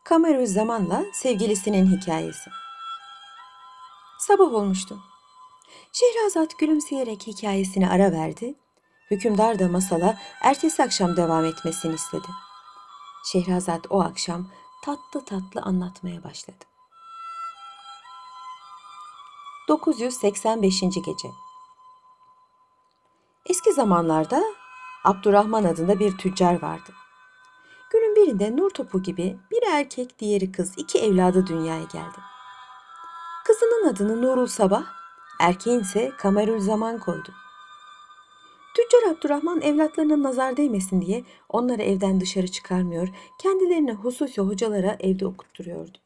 Kamerüzzaman'la sevgilisinin hikayesi. Sabah olmuştu. Şehrazat gülümseyerek hikayesine ara verdi. Hükümdar da masala ertesi akşam devam etmesini istedi. Şehrazat o akşam tatlı tatlı anlatmaya başladı. 985. Gece. Eski zamanlarda Abdurrahman adında bir tüccar vardı. Günün birinde nur topu gibi biri erkek diğeri kız iki evladı dünyaya geldi. Kızının adını Nurul Sabah, erkeğin ise Kamerülzaman koydu. Tüccar Abdurrahman evlatlarının nazar değmesin diye onları evden dışarı çıkarmıyor, kendilerine hususi hocalara evde okutturuyordu.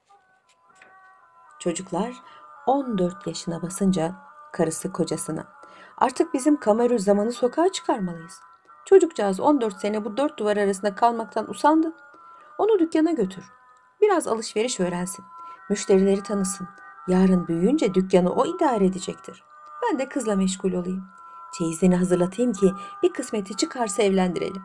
Çocuklar 14 yaşına basınca karısı kocasına, "Artık bizim Kamerülzaman'ı sokağa çıkarmalıyız. Çocukcağız 14 sene bu dört duvar arasında kalmaktan usandı. Onu dükkana götür. Biraz alışveriş öğrensin. Müşterileri tanısın. Yarın büyüyünce dükkanı o idare edecektir. Ben de kızla meşgul olayım. Çeyizini hazırlatayım ki bir kısmeti çıkarsa evlendirelim."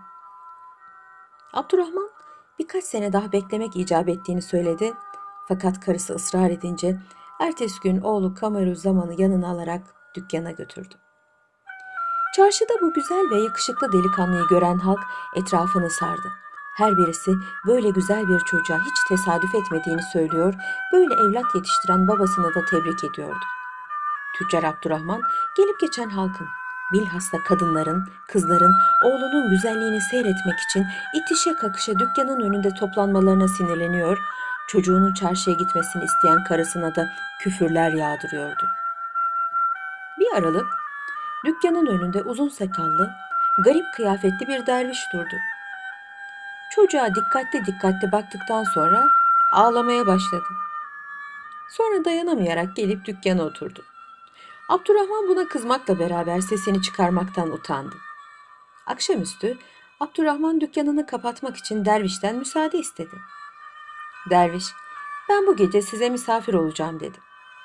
Abdurrahman birkaç sene daha beklemek icap ettiğini söyledi. Fakat karısı ısrar edince ertesi gün oğlu Kamerülzaman'ı yanına alarak dükkana götürdü. Çarşıda bu güzel ve yakışıklı delikanlıyı gören halk etrafını sardı. Her birisi böyle güzel bir çocuğa hiç tesadüf etmediğini söylüyor, böyle evlat yetiştiren babasını da tebrik ediyordu. Tüccar Abdurrahman gelip geçen halkın, bilhassa kadınların, kızların oğlunun güzelliğini seyretmek için itişe kakışa dükkanın önünde toplanmalarına sinirleniyor, çocuğunun çarşıya gitmesini isteyen karısına da küfürler yağdırıyordu. Bir aralık dükkanın önünde uzun sakallı, garip kıyafetli bir derviş durdu. Çocuğa dikkatli dikkatli baktıktan sonra ağlamaya başladı. Sonra dayanamayarak gelip dükkana oturdu. Abdurrahman buna kızmakla beraber sesini çıkarmaktan utandı. Akşamüstü Abdurrahman dükkanını kapatmak için dervişten müsaade istedi. Derviş, "Ben bu gece size misafir olacağım," dedi.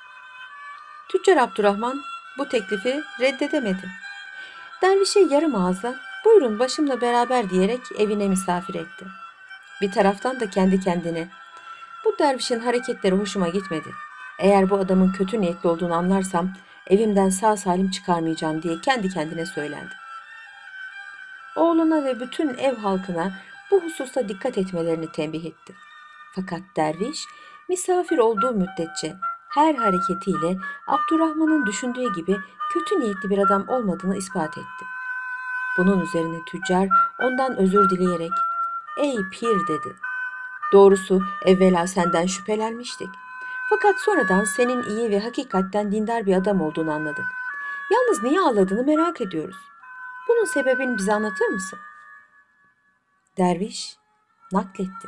Tüccar Abdurrahman bu teklifi reddedemedi. Dervişe yarım ağızla "Buyurun başımla beraber," diyerek evine misafir etti. Bir taraftan da kendi kendine, "Bu dervişin hareketleri hoşuma gitmedi. Eğer bu adamın kötü niyetli olduğunu anlarsam evimden sağ salim çıkarmayacağım," diye kendi kendine söylendi. Oğluna ve bütün ev halkına bu hususta dikkat etmelerini tembih etti. Fakat derviş misafir olduğu müddetçe her hareketiyle Abdurrahman'ın düşündüğü gibi kötü niyetli bir adam olmadığını ispat etti. Bunun üzerine tüccar ondan özür dileyerek, "Ey pir," dedi. "Doğrusu evvela senden şüphelenmiştik. Fakat sonradan senin iyi ve hakikatten dindar bir adam olduğunu anladık. Yalnız niye ağladığını merak ediyoruz. Bunun sebebini bize anlatır mısın?" Derviş nakletti.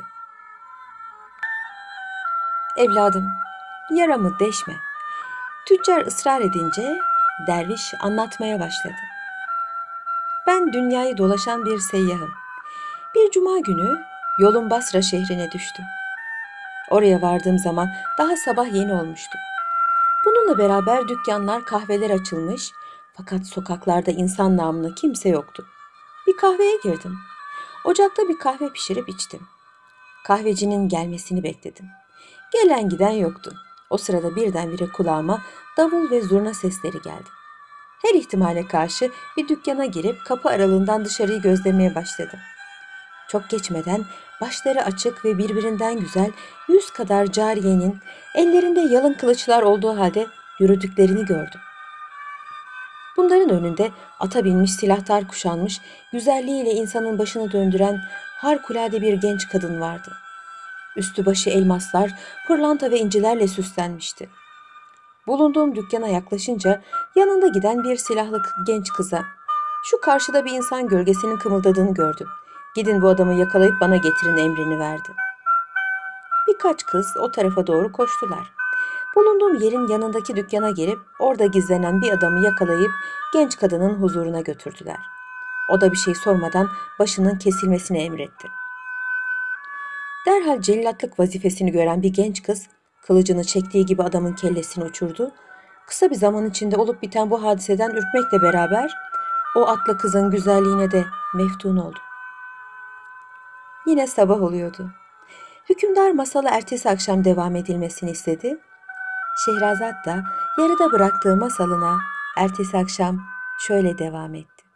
"Evladım, yaramı deşme." Tüccar ısrar edince derviş anlatmaya başladı. "Ben dünyayı dolaşan bir seyyahım. Bir cuma günü yolum Basra şehrine düştü. Oraya vardığım zaman daha sabah yeni olmuştu. Bununla beraber dükkanlar, kahveler açılmış, fakat sokaklarda insan namına kimse yoktu. Bir kahveye girdim. Ocakta bir kahve pişirip içtim. Kahvecinin gelmesini bekledim. Gelen giden yoktu. O sırada birdenbire kulağıma davul ve zurna sesleri geldi. Her ihtimale karşı bir dükkana girip kapı aralığından dışarıyı gözlemeye başladım. Çok geçmeden başları açık ve birbirinden güzel 100 kadar cariyenin ellerinde yalın kılıçlar olduğu halde yürüdüklerini gördüm. Bunların önünde ata binmiş, silahtar kuşanmış, güzelliğiyle insanın başını döndüren harikulade bir genç kadın vardı. Üstü başı elmaslar, pırlanta ve incilerle süslenmişti. Bulunduğum dükkana yaklaşınca yanında giden bir silahlı genç kıza, "Şu karşıda bir insan gölgesinin kımıldadığını gördüm. Gidin bu adamı yakalayıp bana getirin," emrini verdi. Birkaç kız o tarafa doğru koştular. Bulunduğum yerin yanındaki dükkana girip orada gizlenen bir adamı yakalayıp genç kadının huzuruna götürdüler. O da bir şey sormadan başının kesilmesini emretti. Derhal cellatlık vazifesini gören bir genç kız kılıcını çektiği gibi adamın kellesini uçurdu. Kısa bir zaman içinde olup biten bu hadiseden ürkmekle beraber o atlı kızın güzelliğine de meftun oldu. Yine sabah oluyordu. Hükümdar masala ertesi akşam devam edilmesini istedi. Şehrazat da yarıda bıraktığı masalına ertesi akşam şöyle devam etti.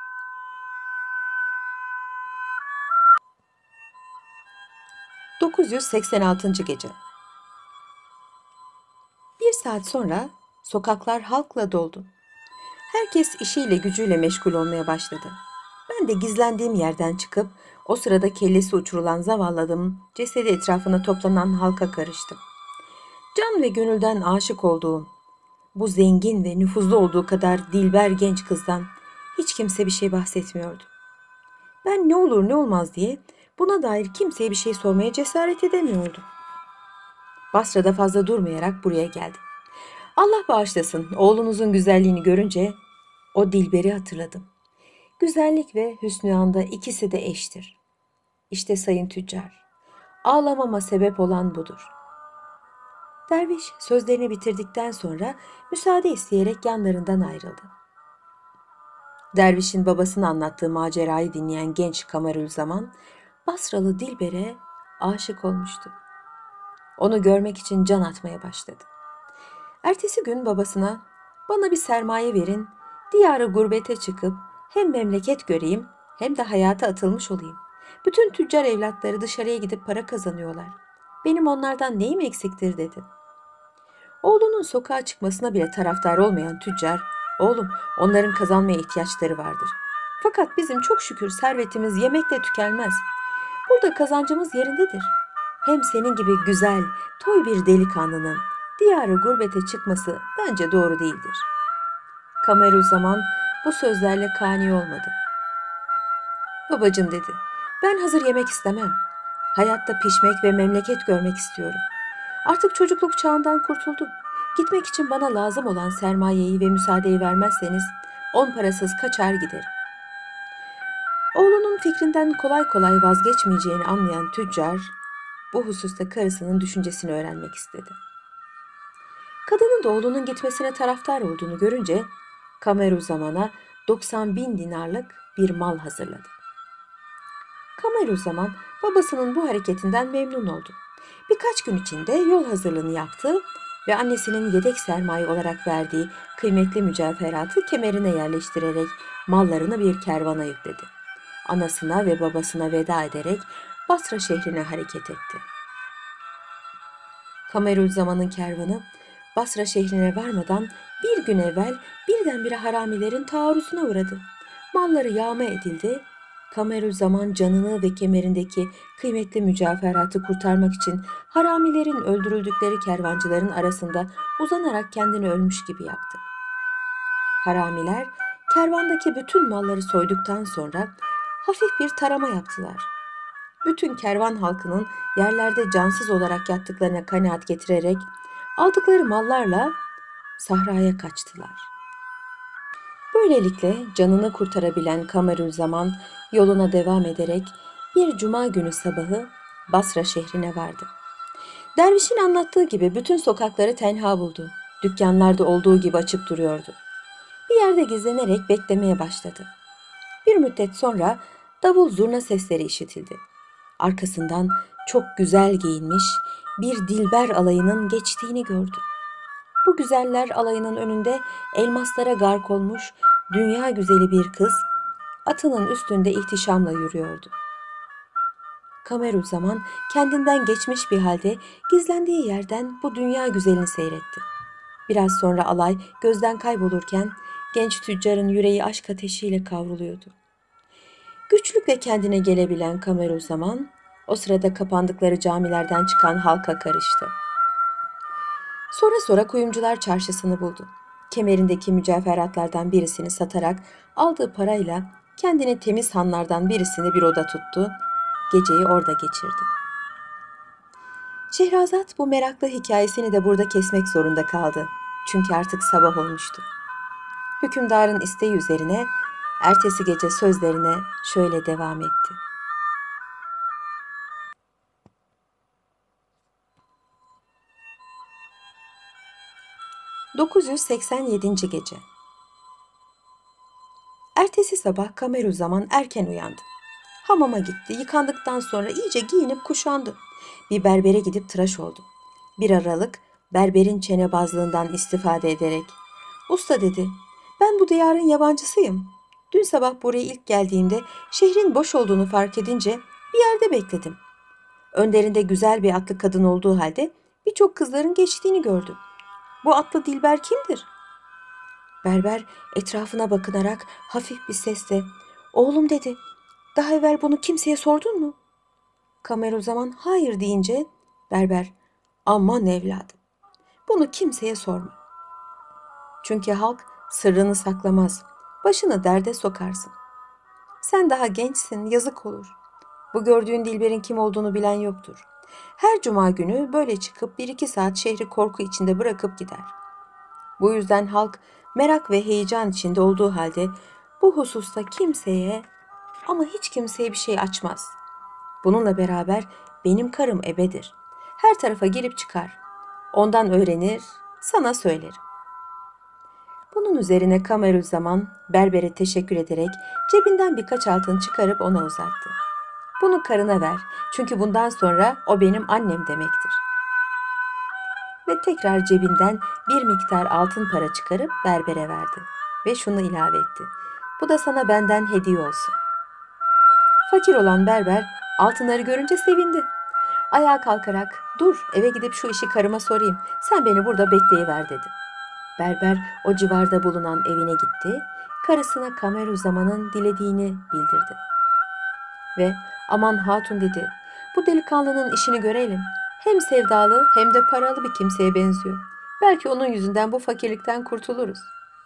986. Gece. Bir saat sonra sokaklar halkla doldu. Herkes işiyle gücüyle meşgul olmaya başladı. Ben de gizlendiğim yerden çıkıp o sırada kellesi uçurulan zavallı adamın cesedi etrafına toplanan halka karıştım. Can ve gönülden aşık olduğum, bu zengin ve nüfuzlu olduğu kadar dilber genç kızdan hiç kimse bir şey bahsetmiyordu. Ben ne olur ne olmaz diye buna dair kimseye bir şey sormaya cesaret edemiyordum. Basra'da fazla durmayarak buraya geldim. Allah bağışlasın, oğlunuzun güzelliğini görünce o Dilber'i hatırladım. Güzellik ve hüsnü anda ikisi de eştir. İşte sayın tüccar, ağlamama sebep olan budur. Derviş sözlerini bitirdikten sonra müsaade isteyerek yanlarından ayrıldı. Dervişin babasını anlattığı macerayı dinleyen genç Kamarülzaman, Basralı Dilber'e aşık olmuştu. Onu görmek için can atmaya başladı. Ertesi gün babasına, "Bana bir sermaye verin, diyarı gurbete çıkıp hem memleket göreyim hem de hayata atılmış olayım. Bütün tüccar evlatları dışarıya gidip para kazanıyorlar. Benim onlardan neyim eksiktir?" dedi. Oğlunun sokağa çıkmasına bile taraftar olmayan tüccar, "Oğlum, onların kazanmaya ihtiyaçları vardır. Fakat bizim çok şükür servetimiz yemekle tükenmez. Burada kazancımız yerindedir. Hem senin gibi güzel, toy bir delikanlının diyarı gurbete çıkması bence doğru değildir." Kamerüzaman bu sözlerle kani olmadı. "Babacığım," dedi, "ben hazır yemek istemem. Hayatta pişmek ve memleket görmek istiyorum. Artık çocukluk çağından kurtuldum. Gitmek için bana lazım olan sermayeyi ve müsaadeyi vermezseniz 10 parasız kaçar giderim." Oğlunun fikrinden kolay kolay vazgeçmeyeceğini anlayan tüccar, bu hususta karısının düşüncesini öğrenmek istedi. Kadının da oğlunun gitmesine taraftar olduğunu görünce Kamerüzaman'a 90.000 dinarlık bir mal hazırladı. Kamerüzaman babasının bu hareketinden memnun oldu. Birkaç gün içinde yol hazırlığını yaptı ve annesinin yedek sermaye olarak verdiği kıymetli mücevheratı kemerine yerleştirerek mallarını bir kervana yükledi. Anasına ve babasına veda ederek Basra şehrine hareket etti. Kamerüzaman'ın kervanı Basra şehrine varmadan bir gün evvel birdenbire haramilerin taarruzuna uğradı. Malları yağma edildi. Kamerüzaman canını ve kemerindeki kıymetli mücevheratı kurtarmak için haramilerin öldürüldükleri kervancıların arasında uzanarak kendini ölmüş gibi yaptı. Haramiler kervandaki bütün malları soyduktan sonra hafif bir tarama yaptılar. Bütün kervan halkının yerlerde cansız olarak yattıklarına kanaat getirerek aldıkları mallarla sahraya kaçtılar. Böylelikle canını kurtarabilen Kamerüzaman yoluna devam ederek bir cuma günü sabahı Basra şehrine vardı. Dervişin anlattığı gibi bütün sokakları tenha buldu. Dükkanlarda olduğu gibi açık duruyordu. Bir yerde gizlenerek beklemeye başladı. Bir müddet sonra davul zurna sesleri işitildi. Arkasından çok güzel giyinmiş bir dilber alayının geçtiğini gördü. Bu güzeller alayının önünde elmaslara gark olmuş dünya güzeli bir kız atının üstünde ihtişamla yürüyordu. Kamerüzaman kendinden geçmiş bir halde gizlendiği yerden bu dünya güzelini seyretti. Biraz sonra alay gözden kaybolurken genç tüccarın yüreği aşk ateşiyle kavruluyordu. Güçlükle kendine gelebilen Kamerüzaman o sırada kapandıkları camilerden çıkan halka karıştı. Sonra kuyumcular çarşısını buldu. Kemerindeki mücevheratlardan birisini satarak aldığı parayla kendine temiz hanlardan birisini bir oda tuttu. Geceyi orada geçirdi. Şehrazat bu meraklı hikayesini de burada kesmek zorunda kaldı. Çünkü artık sabah olmuştu. Hükümdarın isteği üzerine ertesi gece sözlerine şöyle devam etti. 987. Gece. Ertesi sabah Kamerüzaman erken uyandı. Hamama gitti. Yıkandıktan sonra iyice giyinip kuşandı. Bir berbere gidip tıraş oldu. Bir aralık berberin çenebazlığından istifade ederek "Usta," dedi, "ben bu diyarın yabancısıyım. Dün sabah buraya ilk geldiğimde şehrin boş olduğunu fark edince bir yerde bekledim. Önlerinde güzel bir atlı kadın olduğu halde birçok kızların geçtiğini gördüm. Bu atlı Dilber kimdir?" Berber etrafına bakınarak hafif bir sesle "Oğlum," dedi, "daha evvel bunu kimseye sordun mu?" Kameruzaman hayır deyince berber "Aman evladım, bunu kimseye sorma. Çünkü halk sırrını saklamaz, başını derde sokarsın. Sen daha gençsin, yazık olur. Bu gördüğün Dilber'in kim olduğunu bilen yoktur. Her cuma günü böyle çıkıp 1-2 saat şehri korku içinde bırakıp gider. Bu yüzden halk merak ve heyecan içinde olduğu halde bu hususta kimseye ama hiç kimseye bir şey açmaz. Bununla beraber benim karım ebedir. Her tarafa girip çıkar. Ondan öğrenir, sana söylerim." Bunun üzerine Kamerüzzaman berbere teşekkür ederek cebinden birkaç altın çıkarıp ona uzattı. "Bunu karına ver, çünkü bundan sonra o benim annem demektir." Ve tekrar cebinden bir miktar altın para çıkarıp berbere verdi ve şunu ilave etti: "Bu da sana benden hediye olsun." Fakir olan berber altınları görünce sevindi. Ayağa kalkarak "Dur, eve gidip şu işi karıma sorayım, sen beni burada bekleyiver," dedi. Berber o civarda bulunan evine gitti, karısına Kamerüzzaman'ın dilediğini bildirdi. Ve "Aman hatun," dedi, "bu delikanlının işini görelim. Hem sevdalı hem de paralı bir kimseye benziyor. Belki onun yüzünden bu fakirlikten kurtuluruz."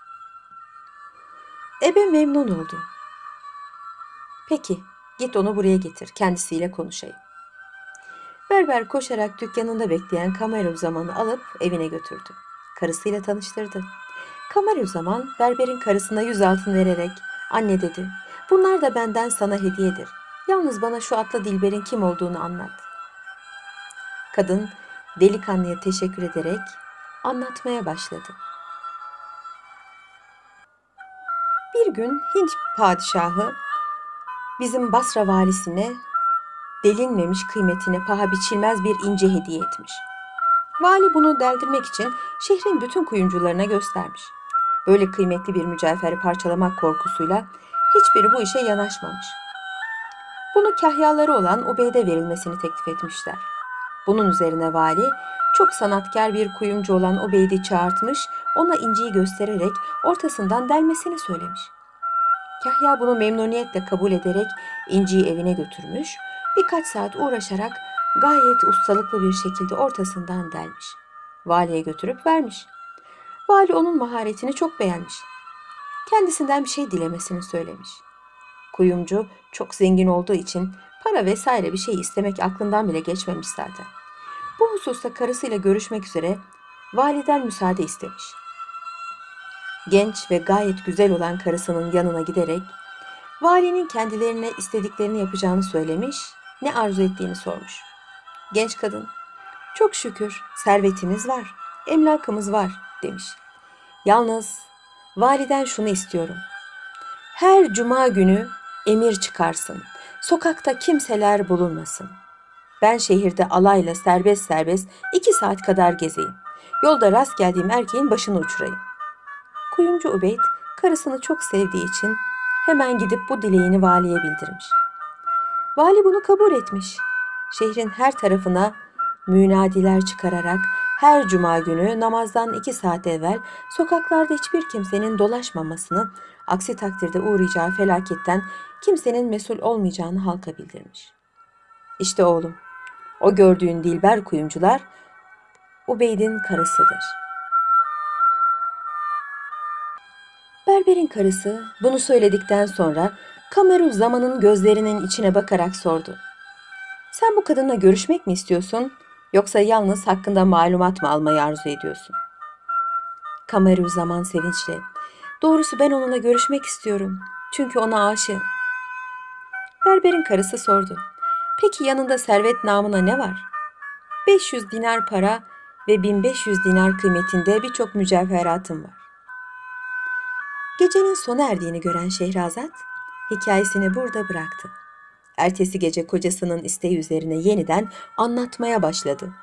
Ebe memnun oldu. "Peki, git onu buraya getir, kendisiyle konuşayım." Berber koşarak dükkanında bekleyen Kamerüzzaman'ı alıp evine götürdü. Karısıyla tanıştırdı. Kamerüzzaman berberin karısına 100 altın vererek "Anne," dedi, "bunlar da benden sana hediyedir. Yalnız bana şu atlı Dilber'in kim olduğunu anlat." Kadın delikanlıya teşekkür ederek anlatmaya başladı. Bir gün Hint padişahı bizim Basra valisine delinmemiş kıymetine paha biçilmez bir ince hediye etmiş. Vali bunu deldirmek için şehrin bütün kuyumcularına göstermiş. Böyle kıymetli bir mücevheri parçalamak korkusuyla hiçbiri bu işe yanaşmamış. Bunu kahyaları olan Ubeyd'e verilmesini teklif etmişler. Bunun üzerine vali çok sanatkar bir kuyumcu olan Ubeyd'i çağırtmış, ona inciyi göstererek ortasından delmesini söylemiş. Kahya bunu memnuniyetle kabul ederek inciyi evine götürmüş, birkaç saat uğraşarak gayet ustalıklı bir şekilde ortasından delmiş. Valiye götürüp vermiş. Vali onun maharetini çok beğenmiş. Kendisinden bir şey dilemesini söylemiş. Kuyumcu çok zengin olduğu için para vesaire bir şey istemek aklından bile geçmemiş zaten. Bu hususta karısıyla görüşmek üzere validen müsaade istemiş. Genç ve gayet güzel olan karısının yanına giderek valinin kendilerine istediklerini yapacağını söylemiş, ne arzu ettiğini sormuş. Genç kadın, "Çok şükür servetimiz var, emlakımız var," demiş. "Yalnız validen şunu istiyorum. Her cuma günü emir çıkarsın. Sokakta kimseler bulunmasın. Ben şehirde alayla serbest serbest 2 saat kadar gezeyim. Yolda rast geldiğim erkeğin başını uçurayım." Kuyumcu Ubeyd karısını çok sevdiği için hemen gidip bu dileğini valiye bildirmiş. Vali bunu kabul etmiş. Şehrin her tarafına münadiler çıkararak her cuma günü namazdan 2 saat evvel sokaklarda hiçbir kimsenin dolaşmamasını, aksi takdirde uğrayacağı felaketten kimsenin mesul olmayacağını halka bildirmiş. "İşte oğlum, o gördüğün Dilber kuyumcular Ubeyd'in karısıdır." Berberin karısı bunu söyledikten sonra Kamerüzzaman'ın gözlerinin içine bakarak sordu: "Sen bu kadınla görüşmek mi istiyorsun, yoksa yalnız hakkında malumat mı almayı arzu ediyorsun?" Kamerüzzaman sevinçle, "Doğrusu ben onunla görüşmek istiyorum. Çünkü ona aşığım." Berberin karısı sordu: "Peki yanında servet namına ne var?" 500 dinar para ve 1500 dinar kıymetinde birçok mücevheratım var." Gecenin sona erdiğini gören Şehrazat hikayesini burada bıraktı. Ertesi gece kocasının isteği üzerine yeniden anlatmaya başladı.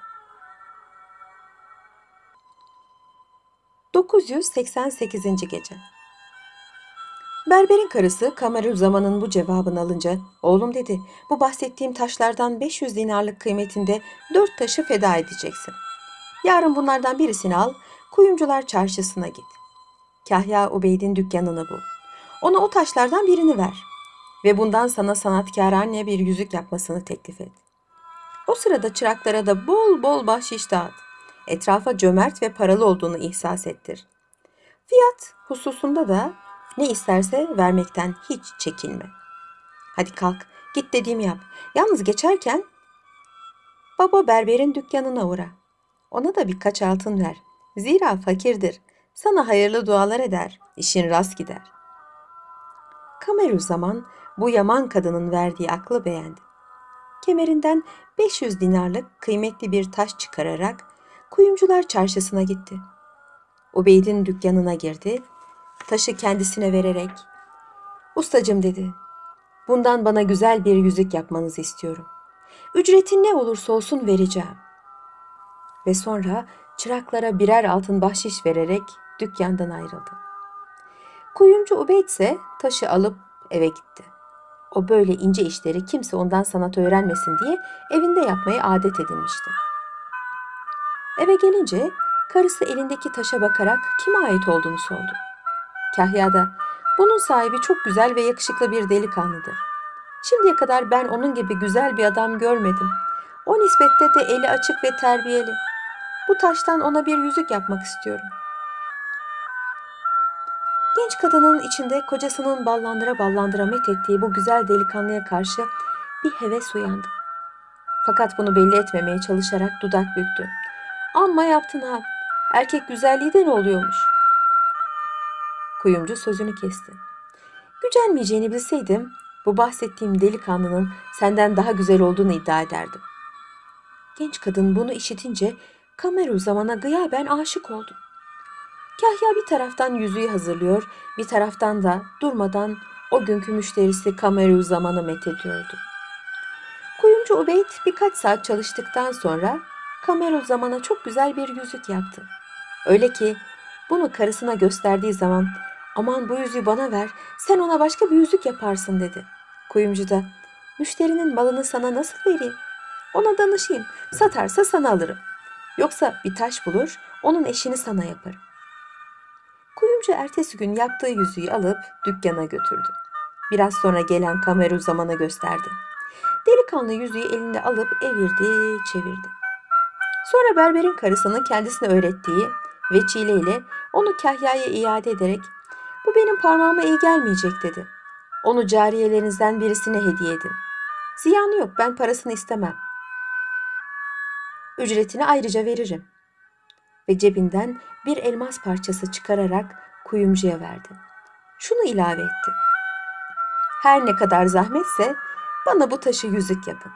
988. Gece. Berberin karısı Kamerüzzaman'ın bu cevabını alınca, "Oğlum," dedi, "bu bahsettiğim taşlardan 500 dinarlık kıymetinde 4 taşı feda edeceksin. Yarın bunlardan birisini al, kuyumcular çarşısına git. Kahya Ubeyd'in dükkanını bul. Ona o taşlardan birini ver ve bundan sana sanatkârane bir yüzük yapmasını teklif et. O sırada çıraklara da bol bol bahşiş dağıt. Etrafa cömert ve paralı olduğunu ihsas ettir. Fiyat hususunda da ne isterse vermekten hiç çekinme. Hadi kalk, git dediğimi yap. Yalnız geçerken baba berberin dükkanına uğra. Ona da birkaç altın ver. Zira fakirdir. Sana hayırlı dualar eder. İşin rast gider." Kamerüzzaman bu yaman kadının verdiği aklı beğendi. Kemerinden 500 dinarlık kıymetli bir taş çıkararak kuyumcular çarşısına gitti. Ubeyd'in dükkanına girdi. Taşı kendisine vererek, "Ustacım," dedi, "bundan bana güzel bir yüzük yapmanızı istiyorum. Ücretin ne olursa olsun vereceğim." Ve sonra çıraklara birer altın bahşiş vererek dükkandan ayrıldı. Kuyumcu Ubeyd ise taşı alıp eve gitti. O böyle ince işleri kimse ondan sanat öğrenmesin diye evinde yapmayı adet edinmişti. Eve gelince karısı elindeki taşa bakarak kime ait olduğunu sordu. Kahya da, "Bunun sahibi çok güzel ve yakışıklı bir delikanlıdır. Şimdiye kadar ben onun gibi güzel bir adam görmedim. O nispette de eli açık ve terbiyeli. Bu taştan ona bir yüzük yapmak istiyorum." Genç kadının içinde kocasının ballandıra ballandıra methettiği bu güzel delikanlıya karşı bir heves uyandı. Fakat bunu belli etmemeye çalışarak dudak büktü. "Amma yaptın ha. Erkek güzelliği de ne oluyormuş?" Kuyumcu sözünü kesti. "Gücenmeyeceğini bilseydim bu bahsettiğim delikanlının senden daha güzel olduğunu iddia ederdim." Genç kadın bunu işitince Kamerüzzaman'a gıyaben aşık oldu. Kahya bir taraftan yüzüğü hazırlıyor, bir taraftan da durmadan o günkü müşterisi Kamerüzzaman'ı methediyordu. Kuyumcu Ubeyd birkaç saat çalıştıktan sonra Kamerüzzaman'a çok güzel bir yüzük yaptı. Öyle ki bunu karısına gösterdiği zaman, "Aman bu yüzüğü bana ver, sen ona başka bir yüzük yaparsın," dedi. Kuyumcu da, "Müşterinin malını sana nasıl vereyim? Ona danışayım, satarsa sana alırım. Yoksa bir taş bulur, onun eşini sana yaparım." Kuyumcu ertesi gün yaptığı yüzüğü alıp dükkana götürdü. Biraz sonra gelen Kamerüzzaman'a gösterdi. Delikanlı yüzüğü elinde alıp evirdi, çevirdi. Sonra berberin karısının kendisine öğrettiği veçileyle onu Kahya'ya iade ederek, "Bu benim parmağıma iyi gelmeyecek," dedi. "Onu cariyelerinizden birisine hediye edin. Ziyanı yok, ben parasını istemem. Ücretini ayrıca veririm." Ve cebinden bir elmas parçası çıkararak kuyumcuya verdi. Şunu ilave etti: "Her ne kadar zahmetse bana bu taşı yüzük yapın."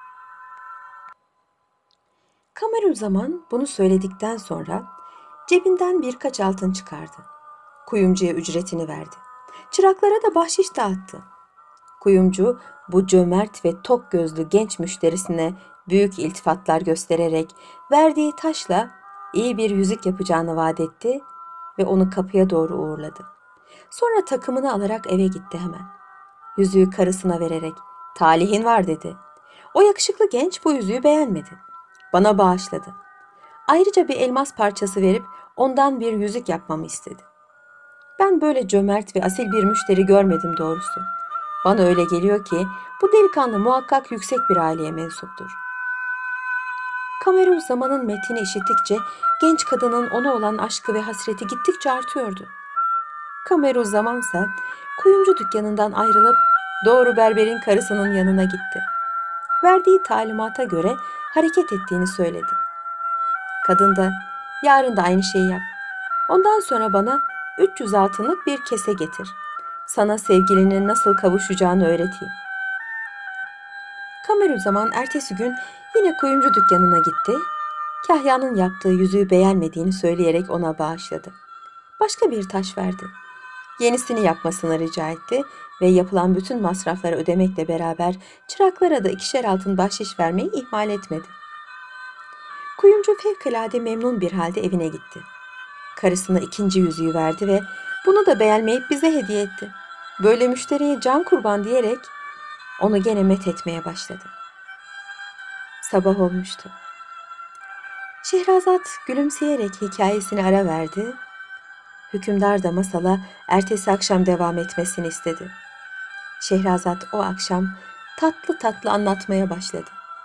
Kamerüzzaman bunu söyledikten sonra cebinden birkaç altın çıkardı. Kuyumcuya ücretini verdi. Çıraklara da bahşiş dağıttı. Kuyumcu bu cömert ve tok gözlü genç müşterisine büyük iltifatlar göstererek verdiği taşla iyi bir yüzük yapacağını vaat etti ve onu kapıya doğru uğurladı. Sonra takımını alarak eve gitti hemen. Yüzüğü karısına vererek, "Talihin var," dedi. O yakışıklı genç bu yüzüğü beğenmedi. Bana bağışladı. Ayrıca bir elmas parçası verip ondan bir yüzük yapmamı istedi. Ben böyle cömert ve asil bir müşteri görmedim doğrusu. Bana öyle geliyor ki bu delikanlı muhakkak yüksek bir aileye mensuptur." Kamerüzzaman'ın metnini işittikçe genç kadının ona olan aşkı ve hasreti gittikçe artıyordu. Kamerüzzaman ise kuyumcu dükkanından ayrılıp doğru berberin karısının yanına gitti. Verdiği talimata göre hareket ettiğini söyledi. Kadın da, "Yarın da aynı şeyi yap. Ondan sonra bana 300 altınlık bir kese getir. Sana sevgilinin nasıl kavuşacağını öğreteyim." Kamerüzzaman ertesi gün yine kuyumcu dükkanına gitti. Kahya'nın yaptığı yüzüğü beğenmediğini söyleyerek ona bağışladı. Başka bir taş verdi. yenisini yapmasını rica etti ve yapılan bütün masrafları ödemekle beraber çıraklara da 2'şer altın bahşiş vermeyi ihmal etmedi. Kuyumcu fevkalade memnun bir halde evine gitti. Karısına 2. yüzüğü verdi ve bunu da beğenmeyip bize hediye etti. Böyle müşteriye can kurban diyerek onu gene met etmeye başladı. Sabah olmuştu. Şehrazat gülümseyerek hikayesine ara verdi. Hükümdar da masala ertesi akşam devam etmesini istedi. Şehrazat o akşam tatlı tatlı anlatmaya başladı.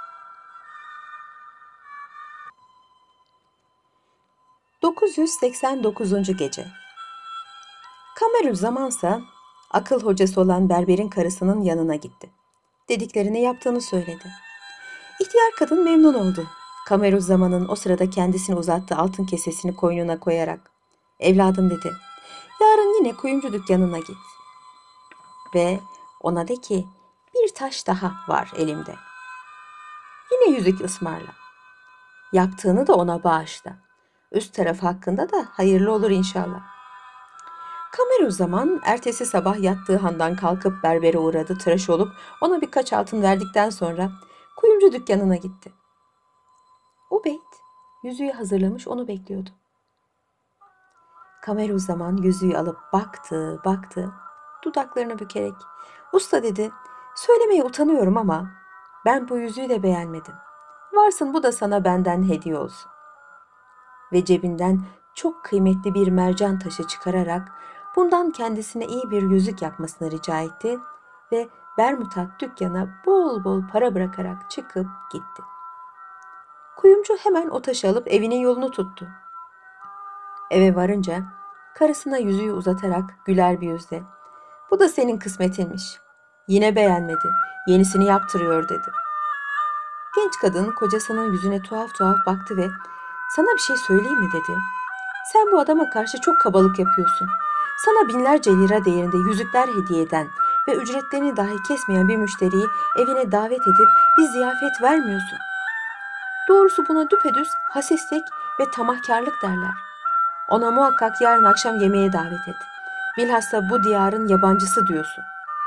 989. Gece. Kamerüzzamansa akıl hocası olan berberin karısının yanına gitti. Dediklerini yaptığını söyledi. İhtiyar kadın memnun oldu. Kamerüzzaman'ın o sırada kendisini uzattığı altın kesesini koynuna koyarak, "Evladım," dedi, "yarın yine kuyumcu dükkanına git ve ona de ki bir taş daha var elimde. Yine yüzük ısmarla. Yaptığını da ona bağışla. Üst tarafı hakkında da hayırlı olur inşallah." Kamerüzzaman ertesi sabah yattığı handan kalkıp berbere uğradı, tıraş olup ona birkaç altın verdikten sonra kuyumcu dükkanına gitti. Ubeyd yüzüğü hazırlamış onu bekliyordu. Kamerüzzaman yüzüğü alıp baktı, dudaklarını bükerek, "Usta," dedi, "söylemeye utanıyorum ama ben bu yüzüğü de beğenmedim. Varsın bu da sana benden hediye olsun." Ve cebinden çok kıymetli bir mercan taşı çıkararak bundan kendisine iyi bir yüzük yapmasını rica etti ve Bermutat dükkana bol bol para bırakarak çıkıp gitti. Kuyumcu hemen o taşı alıp evinin yolunu tuttu. Eve varınca karısına yüzüğü uzatarak güler bir yüzle, "Bu da senin kısmetinmiş. Yine beğenmedi. Yenisini yaptırıyor," dedi. Genç kadın kocasının yüzüne tuhaf tuhaf baktı ve "Sana bir şey söyleyeyim mi?" dedi. "Sen bu adama karşı çok kabalık yapıyorsun. Sana binlerce lira değerinde yüzükler hediye eden ve ücretlerini dahi kesmeyen bir müşteriyi evine davet edip bir ziyafet vermiyorsun. Doğrusu buna düpedüz hasislik ve tamahkarlık derler. Ona muhakkak yarın akşam yemeğe davet et. Bilhassa bu diyarın yabancısı diyorsun."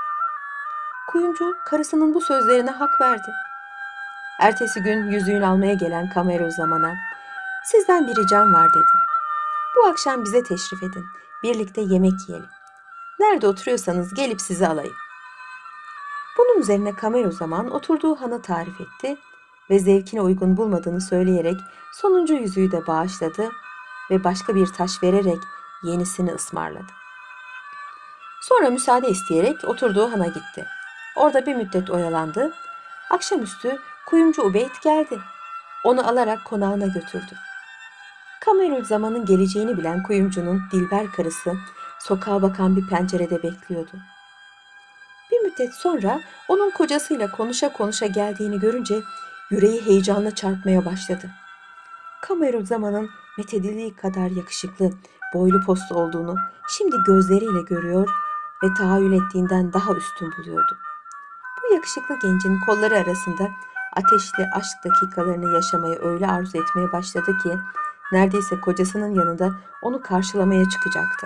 Kuyumcu karısının bu sözlerine hak verdi. Ertesi gün yüzüğünü almaya gelen Kamerüzzaman'a, "Sizden bir ricam var," dedi. "Bu akşam bize teşrif edin. Birlikte yemek yiyelim. Nerede oturuyorsanız gelip sizi alayım." Bunun üzerine Kamerüzzaman oturduğu hanı tarif etti ve zevkine uygun bulmadığını söyleyerek sonuncu yüzüğü de bağışladı ve başka bir taş vererek yenisini ısmarladı. Sonra müsaade isteyerek oturduğu hana gitti. Orada bir müddet oyalandı. Akşamüstü kuyumcu Ubeyd geldi. Onu alarak konağına götürdü. Kamerüzzaman'ın geleceğini bilen kuyumcunun dilber karısı sokağa bakan bir pencerede bekliyordu. Bir müddet sonra onun kocasıyla konuşa konuşa geldiğini görünce yüreği heyecanla çarpmaya başladı. Kamerüzzaman'ın methedildiği kadar yakışıklı, boylu postlu olduğunu şimdi gözleriyle görüyor ve tahayyül ettiğinden daha üstün buluyordu. Bu yakışıklı gencin kolları arasında ateşli aşk dakikalarını yaşamayı öyle arzu etmeye başladı ki neredeyse kocasının yanında onu karşılamaya çıkacaktı.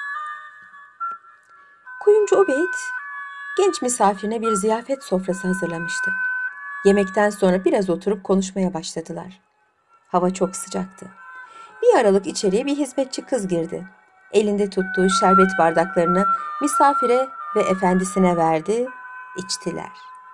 Kuyumcu Ubeyd genç misafirine bir ziyafet sofrası hazırlamıştı. Yemekten sonra biraz oturup konuşmaya başladılar. Hava çok sıcaktı. Bir aralık içeriye bir hizmetçi kız girdi. Elinde tuttuğu şerbet bardaklarını misafire ve efendisine verdi, içtiler.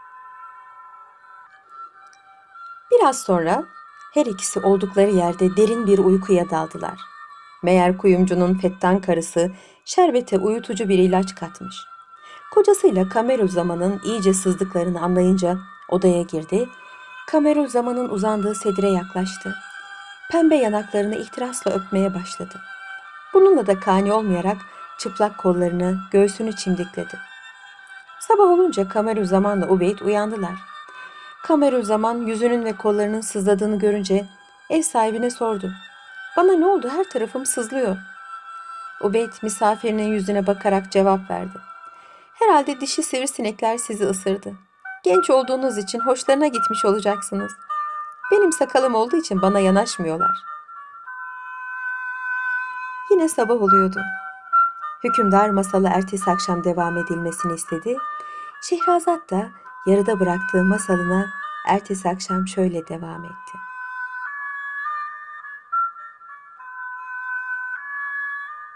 Biraz sonra her ikisi oldukları yerde derin bir uykuya daldılar. Meğer kuyumcunun fettan karısı şerbete uyutucu bir ilaç katmış. Kocasıyla Kamerüzzaman'ın iyice sızdıklarını anlayınca odaya girdi. Kamerüzzaman'ın uzandığı sedire yaklaştı. Pembe yanaklarını ihtirasla öpmeye başladı. Bununla da kani olmayarak çıplak kollarını, göğsünü çimdikledi. Sabah olunca Kamerüzzaman'la Ubeyd uyandılar. Kamerüzzaman yüzünün ve kollarının sızladığını görünce ev sahibine sordu. "Bana ne oldu? Her tarafım sızlıyor." Ubeyd misafirinin yüzüne bakarak cevap verdi. "Herhalde dişi sivrisinekler sizi ısırdı. Genç olduğunuz için hoşlarına gitmiş olacaksınız. Benim sakalım olduğu için bana yanaşmıyorlar." Yine sabah oluyordu. Hükümdar masalı ertesi akşam devam edilmesini istedi. Şehrazat da yarıda bıraktığı masalına ertesi akşam şöyle devam etti.